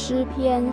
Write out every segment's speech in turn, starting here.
诗篇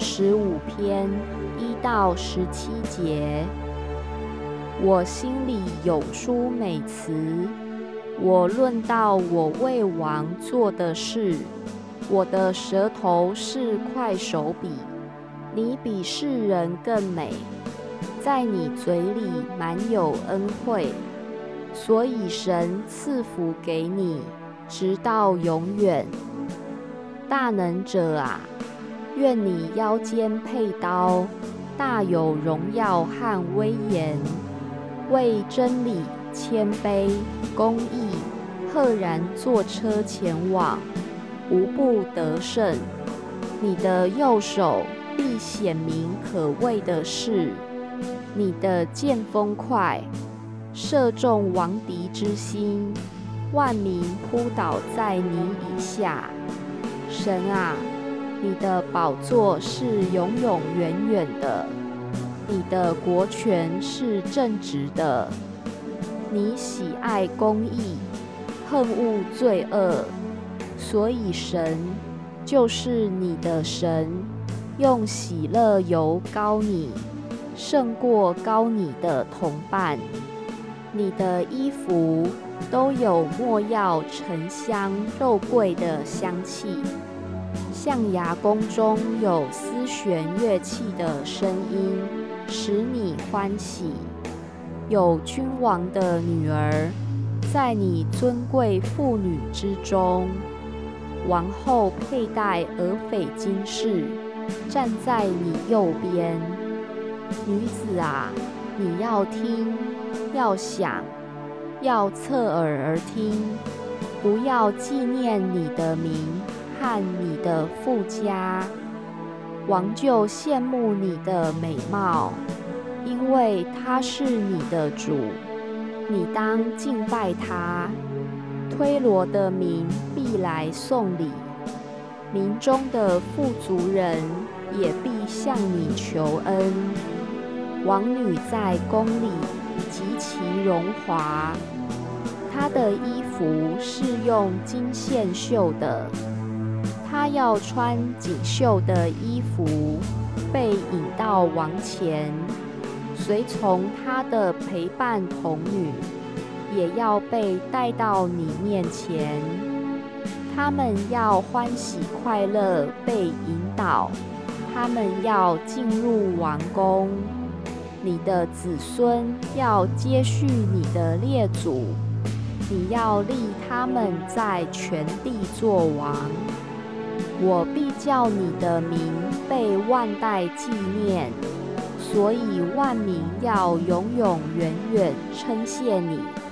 45篇1到17节。我心里有出美词，我论到我为王做的事，我的舌头是块手笔，你比世人更美，在你嘴里满有恩惠，所以神赐福给你，直到永远。大能者啊，愿你腰间佩刀，大有荣耀和威严，为真理、谦卑、公义，赫然坐车前往，无不得胜。你的右手必显明可畏的事，你的剑锋快，射中王敌之心，万民扑倒在你以下。神啊，你的宝座是永永远远的，你的国权是正直的，你喜爱公义，恨恶罪恶，所以神就是你的神，用喜乐油膏你，胜过膏你的同伴。你的衣服都有没药、沉香、肉桂的香气，象牙宫中有丝弦乐器的声音，使你欢喜。有君王的女儿，在你尊贵妇女之中，王后佩戴俄斐金饰，站在你右边。女子啊，你要听，要想，要侧耳而听，不要纪念你的名和你的父家。王就羡慕你的美貌，因为他是你的主，你当敬拜他。推罗的民必来送礼，民中的富足人也必向你求恩。王女在宫里极其荣华，她的衣服是用金线绣的，她要穿锦绣的衣服，被引到王前，随从她的陪伴童女也要被带到你面前。他们要欢喜快乐被引导，他们要进入王宫。你的子孙要接续你的列祖，你要立他们在全地作王。我必叫你的名被万代纪念，所以万民要永永远远称谢你。